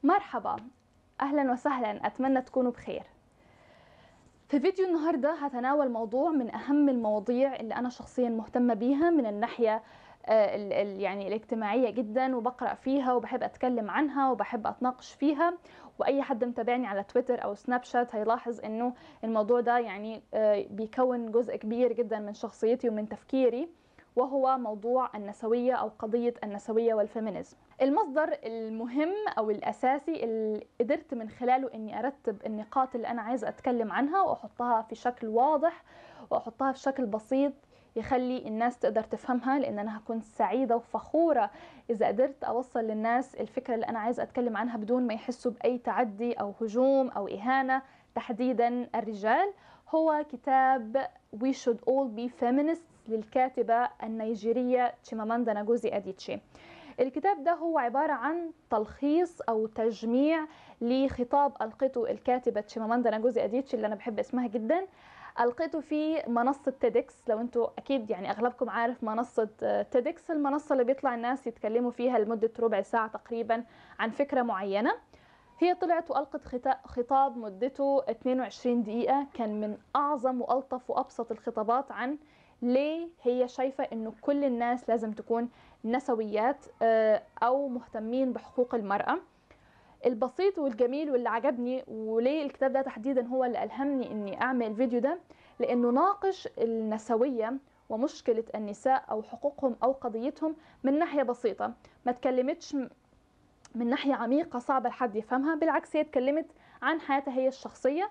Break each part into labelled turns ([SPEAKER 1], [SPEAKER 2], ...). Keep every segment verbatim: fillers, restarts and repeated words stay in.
[SPEAKER 1] مرحبا، أهلا وسهلا، أتمنى تكونوا بخير. في فيديو النهاردة هتناول موضوع من أهم المواضيع اللي أنا شخصيا مهتمة بيها من الناحية آه، ال- ال- يعني الاجتماعية جدا، وبقرأ فيها وبحب أتكلم عنها وبحب أتناقش فيها. وأي حد متابعني على تويتر أو سناب شات هيلاحظ إنه الموضوع ده يعني آه، بيكون جزء كبير جدا من شخصيتي ومن تفكيري، وهو موضوع النسوية أو قضية النسوية والفيمينيزم. المصدر المهم أو الأساسي اللي قدرت من خلاله إني أرتب النقاط اللي أنا عايزة أتكلم عنها وأحطها في شكل واضح وأحطها في شكل بسيط يخلي الناس تقدر تفهمها، لأن أنا هكون سعيدة وفخورة إذا قدرت أوصل للناس الفكرة اللي أنا عايزة أتكلم عنها بدون ما يحسوا بأي تعدي أو هجوم أو إهانة، تحديدا الرجال. هو كتاب We Should All Be Feminists للكاتبة النيجيرية تشيماماندا ناجوزي أديتشي. الكتاب ده هو عبارة عن تلخيص أو تجميع لخطاب ألقته الكاتبة تشيماماندا ناجوزي أديتشي اللي أنا بحب اسمها جدا. ألقيته في منصة تيدكس. لو أنتوا أكيد يعني أغلبكم عارف منصة تيدكس، المنصة اللي بيطلع الناس يتكلموا فيها لمدة ربع ساعة تقريبا عن فكرة معينة. هي طلعت وألقت خطاب مدته اثنين وعشرين دقيقة، كان من أعظم وألطف وأبسط الخطابات عن ليه هي شايفة إنه كل الناس لازم تكون نسويات أو مهتمين بحقوق المرأة. البسيط والجميل واللي عجبني وليه الكتاب ده تحديدا هو اللي ألهمني إني أعمل الفيديو ده، لأنه ناقش النسوية ومشكلة النساء أو حقوقهم أو قضيتهم من ناحية بسيطة، ما تكلمتش من ناحية عميقة صعبة لحد يفهمها. بالعكس، هي اتكلمت عن حياتها هي الشخصية،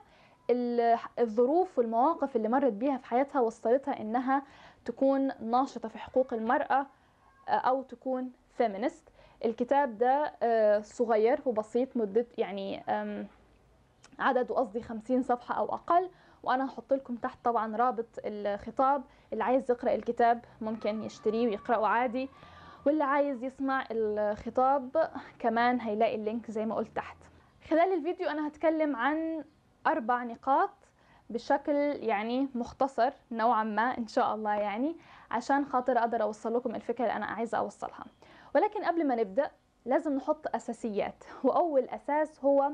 [SPEAKER 1] الظروف والمواقف اللي مرت بيها في حياتها وصلتها إنها تكون ناشطة في حقوق المرأة أو تكون فيمينست. الكتاب ده صغير وبسيط، مدة يعني عدده قصدي خمسين صفحة أو أقل، وأنا هحط لكم تحت طبعا رابط الخطاب. اللي عايز يقرأ الكتاب ممكن يشتريه ويقرأه عادي، واللي عايز يسمع الخطاب كمان هيلاقي اللينك زي ما قلت تحت. خلال الفيديو أنا هتكلم عن أربع نقاط بشكل يعني مختصر نوعا ما إن شاء الله، يعني عشان خاطر أقدر أوصل لكم الفكرة اللي أنا عايزة أوصلها. ولكن قبل ما نبدأ لازم نحط أساسيات، وأول أساس هو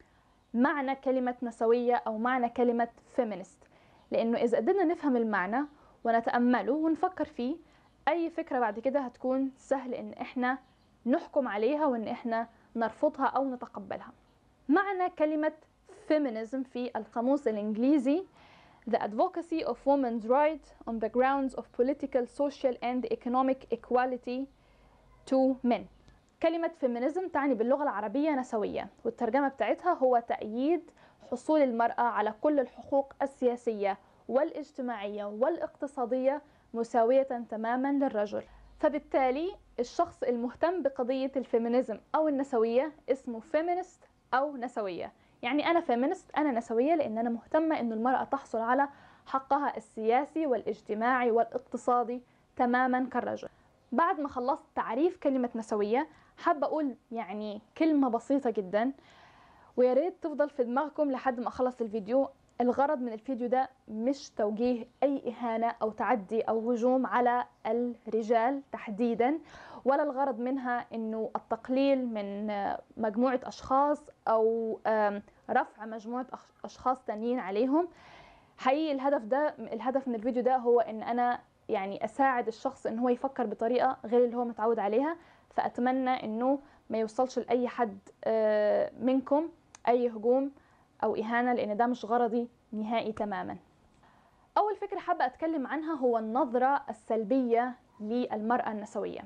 [SPEAKER 1] معنى كلمة نسوية أو معنى كلمة فيمينست. لأنه إذا قدرنا نفهم المعنى ونتأمله ونفكر فيه، أي فكرة بعد كده هتكون سهل إن إحنا نحكم عليها وإن إحنا نرفضها أو نتقبلها. معنى كلمة feminism في القاموس الإنجليزي The advocacy of women's rights on the grounds of political, social and economic equality to men. كلمة فيمينيزم تعني باللغة العربية نسوية، والترجمة بتاعتها هو تأييد حصول المرأة على كل الحقوق السياسية والاجتماعية والاقتصادية مساوية تماما للرجل. فبالتالي الشخص المهتم بقضية الفيمينيزم أو النسوية اسمه فيمينست أو نسوية. يعني أنا فيمينست، أنا نسوية، لأن أنا مهتمة أن المرأة تحصل على حقها السياسي والاجتماعي والاقتصادي تماما كالرجل. بعد ما خلصت تعريف كلمة نسوية، حابة أقول يعني كلمة بسيطة جدا، ويا ريت تفضل في دماغكم لحد ما أخلص الفيديو. الغرض من الفيديو ده مش توجيه أي إهانة أو تعدي أو هجوم على الرجال تحديدا، ولا الغرض منها إنه التقليل من مجموعة أشخاص أو رفع مجموعة أشخاص تانيين عليهم. حقيقي الهدف ده الهدف من الفيديو ده هو إن أنا يعني أساعد الشخص إن هو يفكر بطريقة غير اللي هو متعود عليها. فأتمنى إنه ما يوصلش لأي حد منكم أي هجوم أو إهانة، لأن ده مش غرضي نهائي تماما. أول فكرة حابة أتكلم عنها هو النظرة السلبية للمرأة النسوية.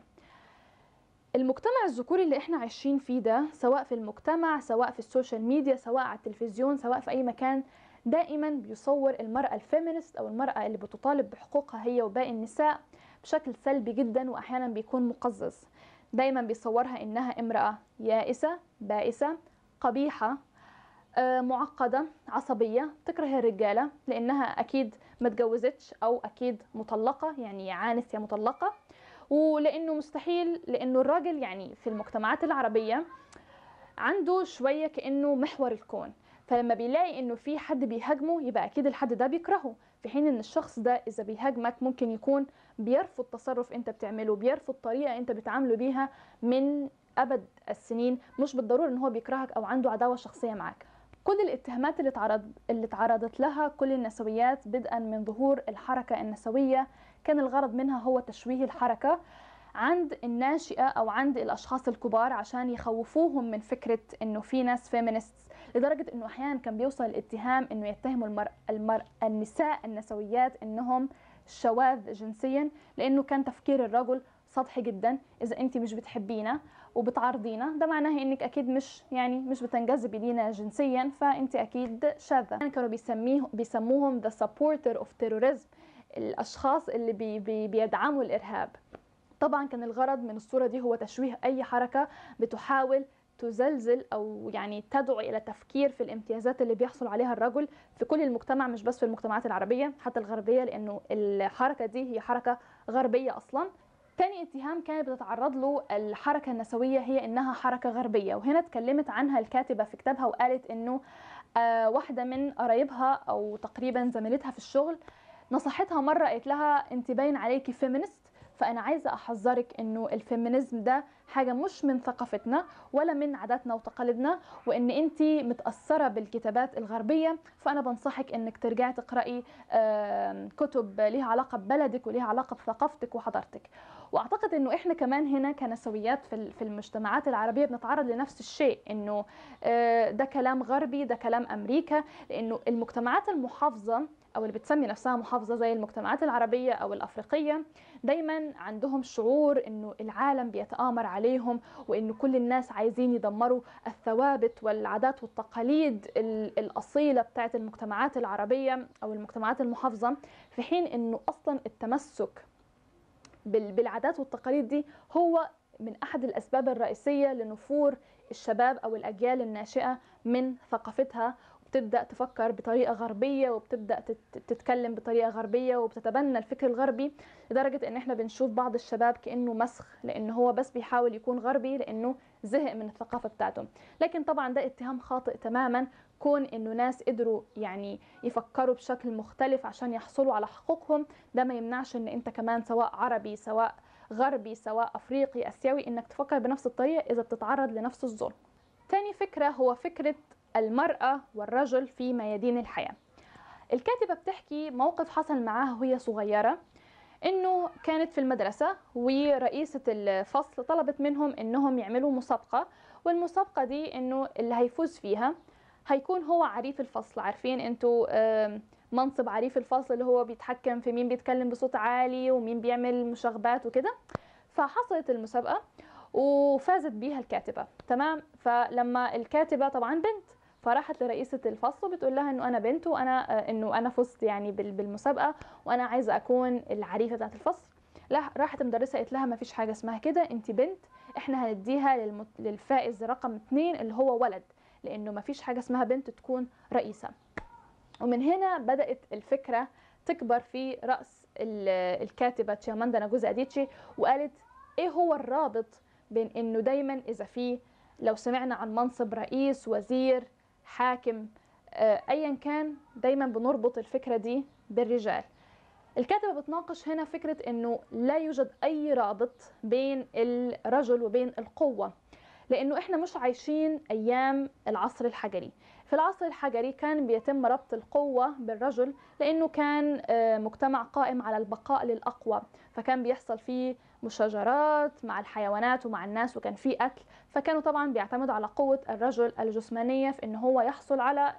[SPEAKER 1] المجتمع الذكوري اللي احنا عايشين فيه ده، سواء في المجتمع سواء في السوشيال ميديا سواء على التلفزيون سواء في أي مكان، دائما بيصور المرأة الفيمينست أو المرأة اللي بتطالب بحقوقها هي وباقي النساء بشكل سلبي جدا، وأحيانا بيكون مقزز. دايما بيصورها إنها امرأة يائسة بائسة قبيحة معقدة عصبية تكره الرجالة لأنها أكيد ما تجوزتش أو أكيد مطلقة، يعني يا عانس يا مطلقة. ولأنه مستحيل، لأنه الراجل يعني في المجتمعات العربية عنده شوية كأنه محور الكون، فلما بيلاقي انه في حد بيهاجمه يبقى اكيد الحد ده بيكرهه، في حين ان الشخص ده اذا بيهاجمك ممكن يكون بيرفض تصرف انت بتعمله، بيرفض طريقة انت بتعامله بيها من أبد السنين، مش بالضرورة إن هو بيكرهك أو عنده عداوة شخصية معك. كل الاتهامات اللي تعرض اللي تعرضت لها كل النسويات بدءا من ظهور الحركة النسوية كان الغرض منها هو تشويه الحركة عند الناشئة أو عند الأشخاص الكبار عشان يخوفوهم من فكرة إنه في ناس فيمينست، لدرجة إنه أحيانا كان بيوصل الاتهام إنه يتهموا المرأة المرأة النساء النسويات إنهم شواذ جنسيا، لأنه كان تفكير الرجل سطحي جدا. إذا أنت مش بتحبينا وبتعارضينا ده معناه إنك أكيد مش يعني مش بتنجذبي لينا جنسيا، فأنت أكيد شاذة. كانوا بيسميه بيسموهم the supporter of terrorism، الأشخاص اللي بي بي بيدعموا الإرهاب. طبعا كان الغرض من الصورة دي هو تشويه أي حركة بتحاول تزلزل أو يعني تدعو إلى تفكير في الامتيازات اللي بيحصل عليها الرجل في كل المجتمع، مش بس في المجتمعات العربية حتى الغربية، لأنه الحركة دي هي حركة غربية أصلا. تاني اتهام كانت بتتعرض له الحركة النسوية هي إنها حركة غربية، وهنا اتكلمت عنها الكاتبة في كتابها وقالت إنه آه واحدة من قرايبها أو تقريبا زميلتها في الشغل نصحتها مرة، قالت لها أنت باين عليكي فيمينست، فأنا عايزة أحذرك إنه الفيمينيزم ده حاجة مش من ثقافتنا ولا من عاداتنا وتقاليدنا، وإن أنت متأثرة بالكتابات الغربية، فأنا بنصحك إنك ترجعي تقرأي كتب ليها علاقة ببلدك وليها علاقة بثقافتك وحضارتك. وأعتقد إنه إحنا كمان هنا كنسويات في في المجتمعات العربية بنتعرض لنفس الشيء، إنه ده كلام غربي، ده كلام أمريكا، لأنه المجتمعات المحافظة أو اللي بتسمي نفسها محافظة زي المجتمعات العربية أو الأفريقية دايما عندهم شعور إنه العالم بيتآمر عليهم، وإنه كل الناس عايزين يدمروا الثوابت والعادات والتقاليد الأصيلة بتاعت المجتمعات العربية أو المجتمعات المحافظة، في حين إنه أصلا التمسك بالعادات والتقاليد دي هو من أحد الأسباب الرئيسية لنفور الشباب أو الأجيال الناشئة من ثقافتها، وبتبدأ تفكر بطريقة غربية وبتبدأ تتكلم بطريقة غربية وبتتبنى الفكر الغربي، لدرجة إن إحنا بنشوف بعض الشباب كأنه مسخ، لأنه هو بس بيحاول يكون غربي لأنه زهق من الثقافة بتاعته. لكن طبعا ده اتهام خاطئ تماما، كون إنه ناس قدروا يعني يفكروا بشكل مختلف عشان يحصلوا على حقوقهم ده ما يمنعش إن أنت كمان سواء عربي سواء غربي سواء أفريقي أسيوي إنك تفكر بنفس الطريقة إذا بتتعرض لنفس الظلم. تاني فكرة هو فكرة المرأة والرجل في ميادين الحياة. الكاتبة بتحكي موقف حصل معاها وهي صغيرة، إنه كانت في المدرسة ورئيسة الفصل طلبت منهم إنهم يعملوا مسابقة، والمسابقة دي إنه اللي هيفوز فيها هيكون هو عريف الفصل. عارفين انتوا منصب عريف الفصل اللي هو بيتحكم في مين بيتكلم بصوت عالي ومين بيعمل مشاغبات وكده. فحصلت المسابقة وفازت بيها الكاتبة، تمام. فلما الكاتبة طبعا بنت فراحت لرئيسة الفصل وبتقول لها انه انا بنت وانا انه انا فزت يعني بالمسابقة وانا عايزة اكون العريفة بتاعت الفصل. لا، راحت المدرسة قالت لها ما فيش حاجة اسمها كده، انت بنت، احنا هنديها للمت... للفائز رقم اثنين اللي هو ولد، لانه ما فيش حاجة اسمها بنت تكون رئيسة. ومن هنا بدأت الفكرة تكبر في رأس الكاتبة تشياماندا ناجوزي أديتشي، وقالت ايه هو الرابط بين انه دايما اذا في لو سمعنا عن منصب رئيس وزير حاكم ايا كان دايما بنربط الفكرة دي بالرجال. الكاتبة بتناقش هنا فكرة انه لا يوجد اي رابط بين الرجل وبين القوة، لانه احنا مش عايشين ايام العصر الحجري. في العصر الحجري كان بيتم ربط القوة بالرجل لانه كان مجتمع قائم على البقاء للاقوى، فكان بيحصل فيه مشاجرات مع الحيوانات ومع الناس وكان فيه اكل، فكانوا طبعا بيعتمدوا على قوة الرجل الجسمانية في انه هو يحصل على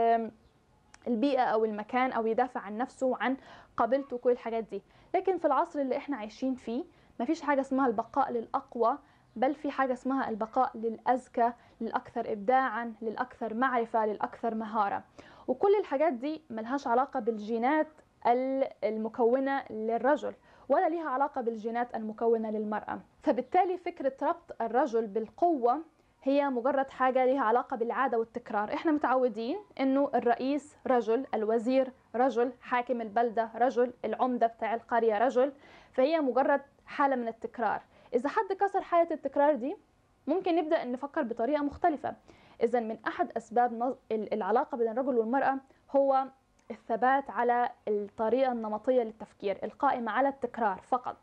[SPEAKER 1] البيئة او المكان او يدافع عن نفسه وعن قبيلته وكل الحاجات دي. لكن في العصر اللي احنا عايشين فيه مفيش حاجة اسمها البقاء للاقوى، بل في حاجة اسمها البقاء للأذكى، للأكثر إبداعا، للأكثر معرفة، للأكثر مهارة. وكل الحاجات دي ملهاش علاقة بالجينات المكونة للرجل ولا ليها علاقة بالجينات المكونة للمرأة. فبالتالي فكرة ربط الرجل بالقوة هي مجرد حاجة ليها علاقة بالعادة والتكرار. احنا متعودين انه الرئيس رجل، الوزير رجل، حاكم البلدة رجل، العمدة بتاع القرية رجل، فهي مجرد حالة من التكرار. إذا حد كسر حالة التكرار دي ممكن نبدأ نفكر بطريقة مختلفة. إذا من أحد أسباب العلاقة بين الرجل والمرأة هو الثبات على الطريقة النمطية للتفكير القائمة على التكرار فقط.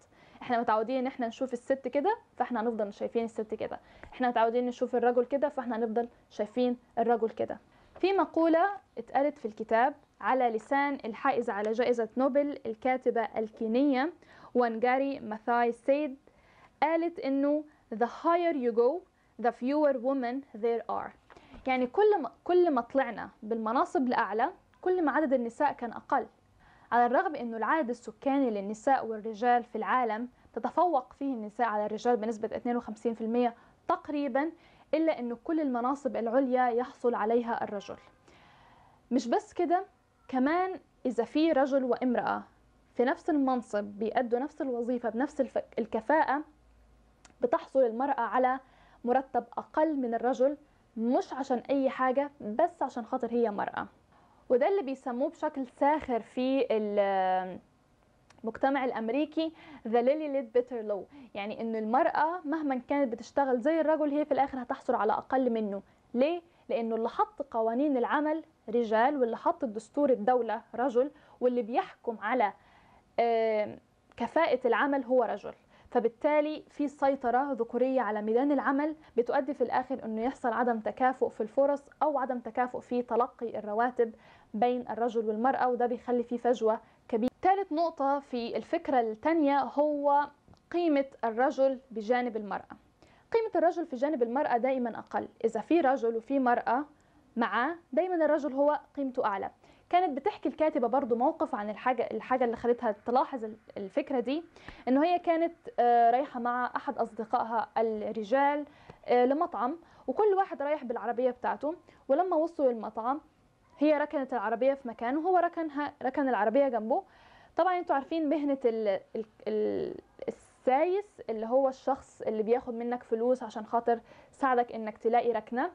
[SPEAKER 1] احنا متعودين ان احنا نشوف الست كده فاحنا هنفضل شايفين الست كده، احنا متعودين نشوف الرجل كده فاحنا هنفضل شايفين الرجل كده. في مقولة اتقالت في الكتاب على لسان الحائزة على جائزة نوبل الكاتبة الكينية وانجاري ماثاي سيد، قالت انه the higher you go the fewer women there are. يعني كل ما كل ما طلعنا بالمناصب الأعلى كل ما عدد النساء كان أقل، على الرغم انه العدد السكاني للنساء والرجال في العالم تتفوق فيه النساء على الرجال بنسبة اثنين وخمسين بالمئة تقريبا، إلا انه كل المناصب العليا يحصل عليها الرجل. مش بس كده، كمان إذا في رجل وامرأة في نفس المنصب بيأدوا نفس الوظيفة بنفس الكفاءة، بتحصل المرأة على مرتب أقل من الرجل، مش عشان أي حاجة بس عشان خاطر هي مرأة. وده اللي بيسموه بشكل ساخر في المجتمع الأمريكي the lily led better law، يعني إن المرأة مهما كانت بتشتغل زي الرجل هي في الآخر هتحصل على أقل منه. ليه؟ لأنه اللي حط قوانين العمل رجال، واللي حط الدستور الدولة رجل، واللي بيحكم على كفاءة العمل هو رجل. فبالتالي في سيطرة ذكورية على ميدان العمل بتؤدي في الآخر أنه يحصل عدم تكافؤ في الفرص أو عدم تكافؤ في تلقي الرواتب بين الرجل والمرأة، وده بيخلي فيه فجوة كبيرة. ثالث نقطة في الفكرة الثانية هو قيمة الرجل بجانب المرأة. قيمة الرجل في جانب المرأة دائما أقل. إذا في رجل وفي مرأة معاه دايما الرجل هو قيمته أعلى. كانت بتحكي الكاتبة برضو موقف عن الحاجة الحاجة اللي خلتها تلاحظ الفكرة دي، إنه هي كانت رايحة مع أحد أصدقائها الرجال لمطعم، وكل واحد رايح بالعربية بتاعته، ولما وصلوا المطعم هي ركنت العربية في مكان وهو ركنها ركن العربية جنبه. طبعا انتوا عارفين مهنة ال ال السايس اللي هو الشخص اللي بياخد منك فلوس عشان خاطر ساعدك انك تلاقي ركنة،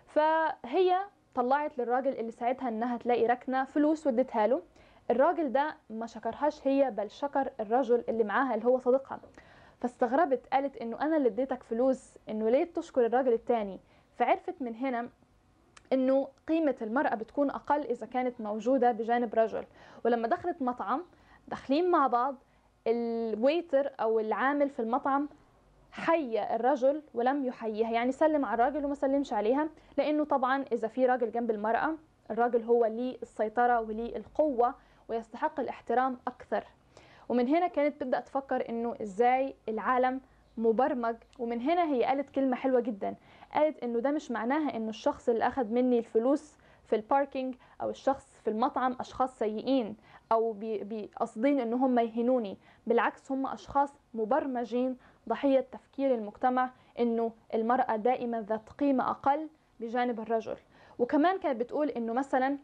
[SPEAKER 1] فهي طلعت للراجل اللي ساعدها انها تلاقي ركنة فلوس ودتها له. الراجل ده ما شكرهاش هي، بل شكر الرجل اللي معاها اللي هو صديقها. فاستغربت، قالت انه انا اللي اديتك فلوس، انه ليه تشكر الراجل التاني؟ فعرفت من هنا انه قيمة المرأة بتكون اقل اذا كانت موجودة بجانب رجل. ولما دخلت مطعم داخلين مع بعض، الويتر او العامل في المطعم حيا الرجل ولم يحييها، يعني سلم على الراجل وما سلمش عليها، لانه طبعا اذا في راجل جنب المرأة الراجل هو ليه السيطرة وليه القوة ويستحق الاحترام اكثر. ومن هنا كانت تبدأ تفكر انه ازاي العالم مبرمج. ومن هنا هي قالت كلمة حلوة جدا، قالت انه ده مش معناها انه الشخص اللي اخذ مني الفلوس في الباركينج او الشخص في المطعم اشخاص سيئين او بقصدين ان هم يهينوني، بالعكس هم اشخاص مبرمجين ضحية تفكير المجتمع انه المرأة دائما ذات قيمة اقل بجانب الرجل. وكمان كانت بتقول انه مثلا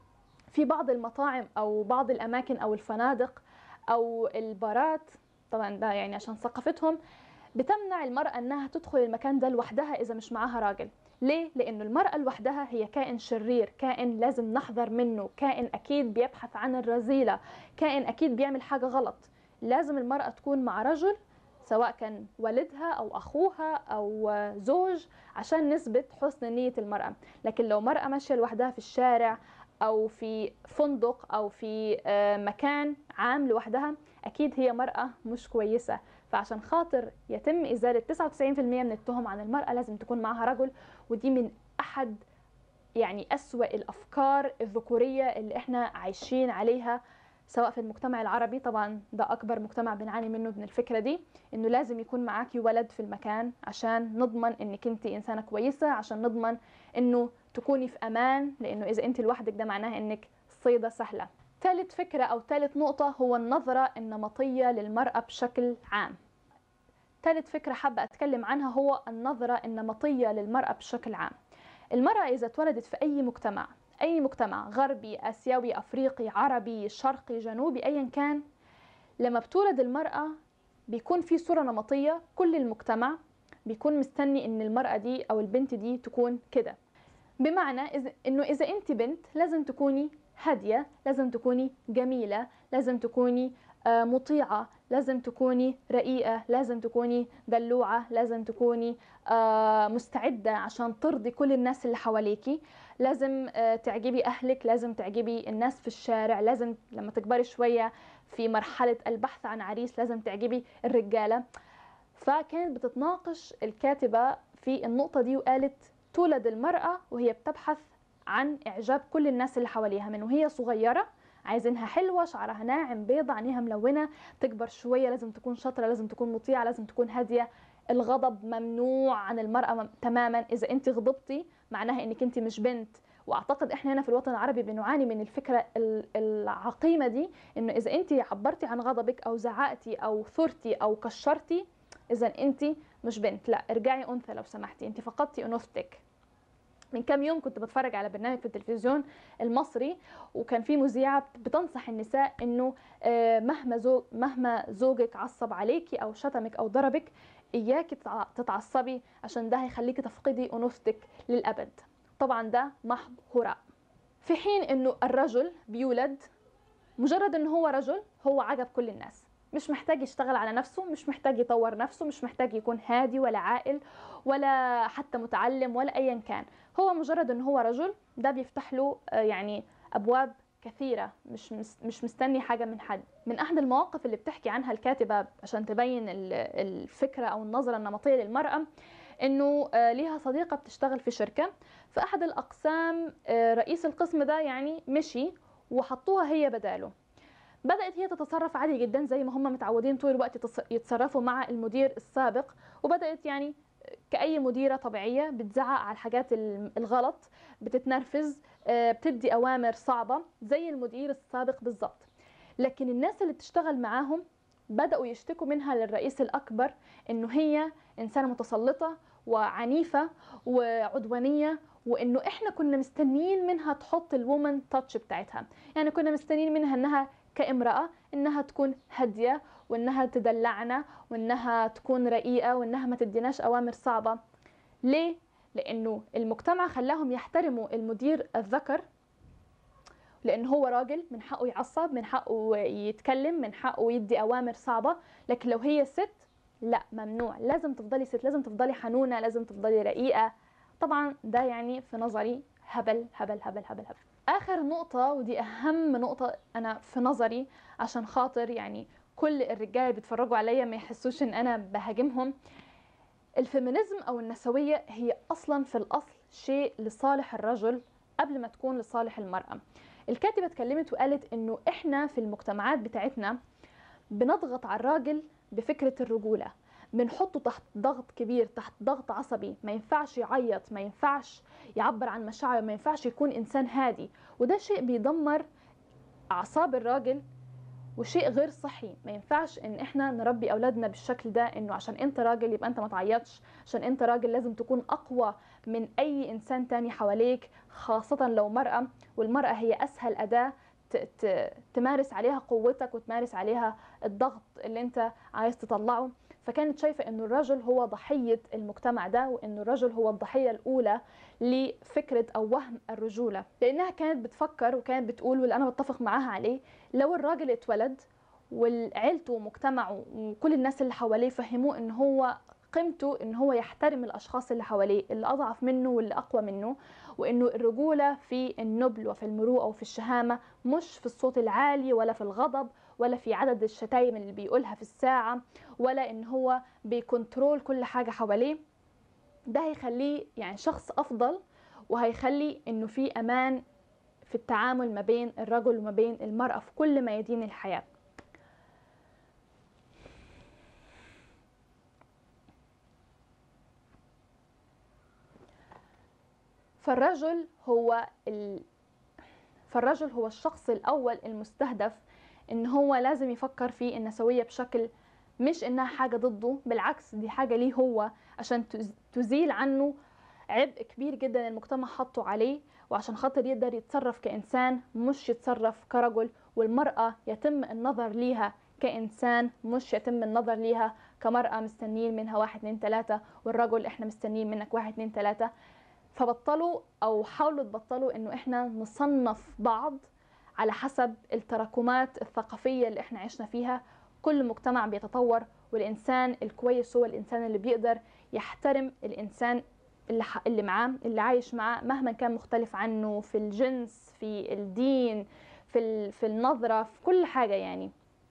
[SPEAKER 1] في بعض المطاعم او بعض الاماكن او الفنادق او البارات، طبعا ده يعني عشان ثقافتهم، بتمنع المرأة انها تدخل المكان ده لوحدها اذا مش معاها راجل. ليه؟ لانه المرأة لوحدها هي كائن شرير، كائن لازم نحذر منه، كائن اكيد بيبحث عن الرذيلة، كائن اكيد بيعمل حاجة غلط. لازم المرأة تكون مع رجل، سواء كان والدها او اخوها او زوج، عشان نثبت حسن نية المرأة. لكن لو مرأة ماشية لوحدها في الشارع او في فندق او في مكان عام لوحدها، اكيد هي مرأة مش كويسة. فعشان خاطر يتم ازالة تسعة وتسعين بالمئة من التهم عن المرأة لازم تكون معها رجل. ودي من احد يعني اسوأ الافكار الذكورية اللي احنا عايشين عليها سواء في المجتمع العربي، طبعا ده اكبر مجتمع بنعاني منه من الفكرة دي، انه لازم يكون معاكي ولد في المكان عشان نضمن انك انت انسانة كويسة، عشان نضمن انه تكوني في امان، لانه اذا انت لوحدك ده معناها انك صيدة سهلة. ثالث فكرة او ثالث نقطة هو النظرة النمطية للمرأة بشكل عام. ثالث فكرة حابة اتكلم عنها هو النظرة النمطية للمرأة بشكل عام. المرأة اذا اتولدت في اي مجتمع، اي مجتمع غربي، اسيوي، افريقي، عربي، شرقي، جنوبي، ايا كان، لما بتولد المرأة بيكون في صورة نمطية، كل المجتمع بيكون مستني ان المرأة دي او البنت دي تكون كده. بمعنى إذا انه اذا انت بنت لازم تكوني هادية، لازم تكوني جميلة، لازم تكوني مطيعة، لازم تكوني رقيقة، لازم تكوني دلوعة، لازم تكوني مستعدة عشان ترضي كل الناس اللي حواليكي، لازم تعجبي أهلك، لازم تعجبي الناس في الشارع، لازم لما تكبري شوية في مرحلة البحث عن عريس لازم تعجبي الرجالة. فكانت بتتناقش الكاتبة في النقطة دي وقالت تولد المرأة وهي بتبحث عن إعجاب كل الناس اللي حواليها من وهي صغيرة، عايزينها حلوة، شعرها ناعم، بيضة، عينيها ملونة. تكبر شوية لازم تكون شاطرة، لازم تكون مطيعة، لازم تكون هادية. الغضب ممنوع عن المرأة تماما. إذا أنت غضبتي معناها أنك أنت مش بنت. واعتقد احنا هنا في الوطن العربي بنعاني من الفكره العقيمه دي، انه اذا انت عبرتي عن غضبك او زعقتي او ثرتي او كشرتي اذا انت مش بنت. لا، ارجعي انثى لو سمحتي، انت فقدتي انوثتك. من كام يوم كنت بتفرج على برنامج في التلفزيون المصري، وكان في مذيعه بتنصح النساء انه مهما زوج مهما زوجك عصب عليكي او شتمك او ضربك، اياكي تتعصبي عشان ده هيخليكي تفقدي انوثتك للابد. طبعا ده محض هراء. في حين انه الرجل بيولد مجرد انه هو رجل، هو عجب كل الناس، مش محتاج يشتغل على نفسه، مش محتاج يطور نفسه، مش محتاج يكون هادي ولا عاقل ولا حتى متعلم ولا ايا كان. هو مجرد انه هو رجل، ده بيفتح له يعني ابواب كثيرة، مش مش مستني حاجة من حد. من أحد المواقف اللي بتحكي عنها الكاتبة عشان تبين الفكرة أو النظرة النمطية للمرأة، إنه ليها صديقة بتشتغل في شركة، في أحد الأقسام رئيس القسم ده يعني مشي وحطوها هي بداله. بدأت هي تتصرف عادي جدا زي ما هم متعودين طول الوقت يتصرفوا مع المدير السابق، وبدأت يعني كأي مديرة طبيعية بتزعق على الحاجات الغلط، بتتنرفز، بتدي أوامر صعبة زي المدير السابق بالضبط. لكن الناس اللي بتشتغل معاهم بدأوا يشتكوا منها للرئيس الأكبر إنه هي إنسانة متسلطة وعنيفة وعدوانية، وإنه إحنا كنا مستنيين منها تحط الومن تاتش بتاعتها. يعني كنا مستنيين منها إنها كامرأة إنها تكون هادية، وإنها تدلعنا، وإنها تكون رقيقة، وإنها ما تديناش أوامر صعبة. ليه؟ لأنه المجتمع خلاهم يحترموا المدير الذكر، لأنه هو راجل من حقه يعصب، من حقه يتكلم، من حقه يدي أوامر صعبة. لكن لو هي ست لا، ممنوع، لازم تفضلي ست، لازم تفضلي حنونة، لازم تفضلي رقيقة. طبعا ده يعني في نظري هبل هبل هبل هبل هبل. آخر نقطة ودي أهم نقطة أنا في نظري، عشان خاطر يعني كل الرجال بيتفرجوا عليا ما يحسوش إن أنا بهاجمهم. الفيمينيزم أو النسوية هي أصلا في الأصل شيء لصالح الرجل قبل ما تكون لصالح المرأة. الكاتبة اتكلمت وقالت إنه إحنا في المجتمعات بتاعتنا بنضغط على الراجل بفكرة الرجولة، بنحطه تحت ضغط كبير، تحت ضغط عصبي، ما ينفعش يعيط، ما ينفعش يعبر عن مشاعره، ما ينفعش يكون إنسان هادي. وده شيء بيدمر أعصاب الراجل وشيء غير صحي. ما ينفعش ان احنا نربي اولادنا بالشكل ده، انه عشان انت راجل يبقى انت ما تعيطش، عشان انت راجل لازم تكون اقوى من اي انسان تاني حواليك، خاصة لو مرأة، والمرأة هي اسهل اداة تمارس عليها قوتك وتمارس عليها الضغط اللي انت عايز تطلعه. فكانت شايفة انه الرجل هو ضحية المجتمع ده، وانه الرجل هو الضحية الاولى لفكرة او وهم الرجولة. لانها كانت بتفكر وكانت بتقول، واللي انا بتفق معاها عليه، لو الراجل اتولد وعيلته ومجتمعه وكل الناس اللي حواليه فهموه ان هو قيمته ان هو يحترم الاشخاص اللي حواليه، اللي اضعف منه واللي اقوى منه، وانه الرجوله في النبل وفي المروءه وفي الشهامه، مش في الصوت العالي ولا في الغضب ولا في عدد الشتايم اللي بيقولها في الساعه، ولا ان هو بيكنترول كل حاجه حواليه. ده هيخليه يعني شخص افضل، وهيخلي انه في امان في التعامل ما بين الرجل وما بين المرأة في كل ميادين الحياة. فالرجل هو ال... فالرجل هو الشخص الأول المستهدف، إن هو لازم يفكر في النسوية بشكل مش إنها حاجة ضده، بالعكس دي حاجة ليه هو، عشان تزيل عنه عبء كبير جدا المجتمع حطه عليه، وعشان خاطر يقدر يتصرف كإنسان مش يتصرف كرجل. والمرأة يتم النظر ليها كإنسان، مش يتم النظر ليها كمرأة مستنين منها واحد اتنين تلاتة، والرجل احنا مستنين منك واحد اتنين تلاتة. فبطلوا أو حاولوا تبطلوا إنه احنا نصنف بعض على حسب التراكمات الثقافية اللي احنا عشنا فيها. كل مجتمع بيتطور، والإنسان الكويس هو الإنسان اللي بيقدر يحترم الإنسان اللي, اللي معاه، اللي عايش معاه، مهما كان مختلف عنه في الجنس، في الدين، في, في النظرة، في كل حاجة يعني.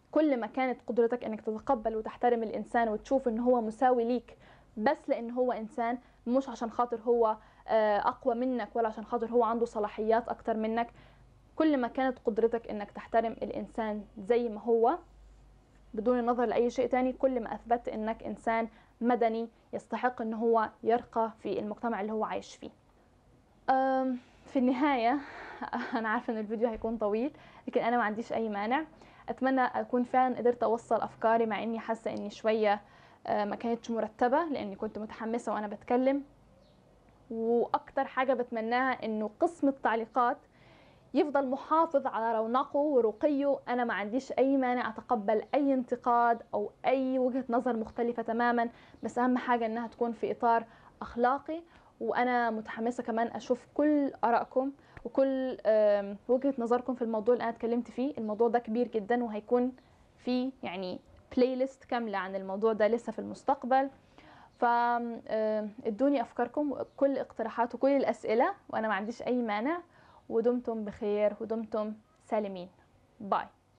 [SPEAKER 1] كل ما كانت قدرتك انك تتقبل وتحترم الانسان وتشوف ان هو مساوي ليك بس لان هو انسان، مش عشان خاطر هو اقوى منك ولا عشان خاطر هو عنده صلاحيات اكتر منك، كل ما كانت قدرتك انك تحترم الانسان زي ما هو بدون النظر لاي شيء تاني، كل ما اثبتت انك انسان مدني يستحق ان هو يرقى في المجتمع اللي هو عايش فيه. في النهاية أنا عارفة إن الفيديو هيكون طويل، لكن أنا ما عنديش أي مانع. أتمنى أكون فعلا قدرت أوصل أفكاري، مع إني حاسة إني شوية ما كانتش مرتبة لأني كنت متحمسة وأنا بتكلم. وأكتر حاجة بتمناها إنه قسم التعليقات يفضل محافظ على رونقه ورقيه. أنا ما عنديش أي مانع أتقبل أي انتقاد أو أي وجهة نظر مختلفة تماما، بس أهم حاجة إنها تكون في إطار أخلاقي. وانا متحمسه كمان اشوف كل ارائكم وكل وجهه نظركم في الموضوع اللي انا اتكلمت فيه. الموضوع ده كبير جدا وهيكون في يعني بلاي ليست كامله عن الموضوع ده لسه في المستقبل. فادوني افكاركم وكل اقتراحات وكل الاسئله وانا ما عنديش اي مانع. ودمتم بخير ودمتم سالمين. باي.